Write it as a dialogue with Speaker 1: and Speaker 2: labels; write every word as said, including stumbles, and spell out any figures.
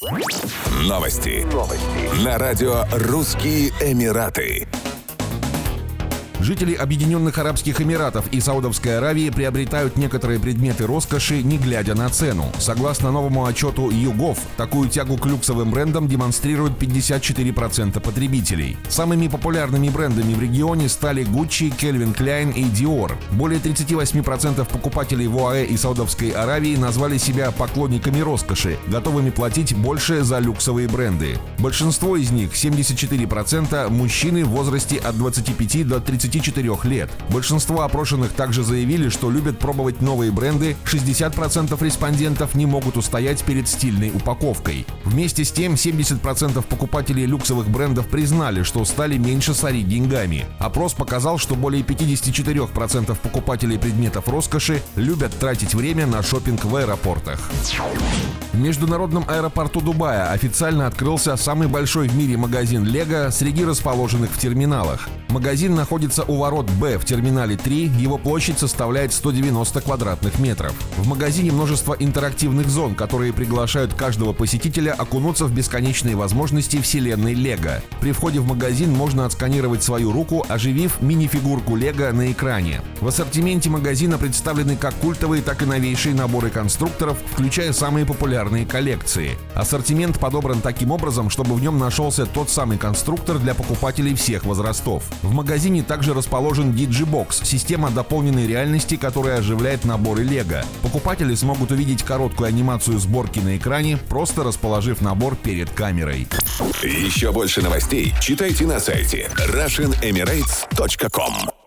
Speaker 1: Новости. Новости. На радио «Русские Эмираты».
Speaker 2: Жители Объединенных Арабских Эмиратов и Саудовской Аравии приобретают некоторые предметы роскоши, не глядя на цену. Согласно новому отчету YouGov, такую тягу к люксовым брендам демонстрируют пятьдесят четыре процента потребителей. Самыми популярными брендами в регионе стали Gucci, Calvin Klein и Dior. Более тридцать восемь процентов покупателей в ОАЭ и Саудовской Аравии назвали себя поклонниками роскоши, готовыми платить больше за люксовые бренды. Большинство из них, семьдесят четыре процента, мужчины в возрасте от двадцати пяти до тридцати четырёх лет. Большинство опрошенных также заявили, что любят пробовать новые бренды, шестьдесят процентов респондентов не могут устоять перед стильной упаковкой. Вместе с тем, семьдесят процентов покупателей люксовых брендов признали, что стали меньше сорить деньгами. Опрос показал, что более пятьдесят четыре процента покупателей предметов роскоши любят тратить время на шопинг в аэропортах. В международном аэропорту Дубая официально открылся самый большой в мире магазин Лего среди расположенных в терминалах. Магазин находится у ворот Б в терминале три, его площадь составляет сто девяносто квадратных метров. В магазине множество интерактивных зон, которые приглашают каждого посетителя окунуться в бесконечные возможности вселенной Лего. При входе в магазин можно отсканировать свою руку, оживив мини-фигурку Лего на экране. В ассортименте магазина представлены как культовые, так и новейшие наборы конструкторов, включая самые популярные коллекции. Ассортимент подобран таким образом, чтобы в нем нашелся тот самый конструктор для покупателей всех возрастов. В магазине также расположен Digibox – система дополненной реальности, которая оживляет наборы Лего. Покупатели смогут увидеть короткую анимацию сборки на экране, просто расположив набор перед камерой.
Speaker 1: Еще больше новостей читайте на сайте Russian Emirates точка ком.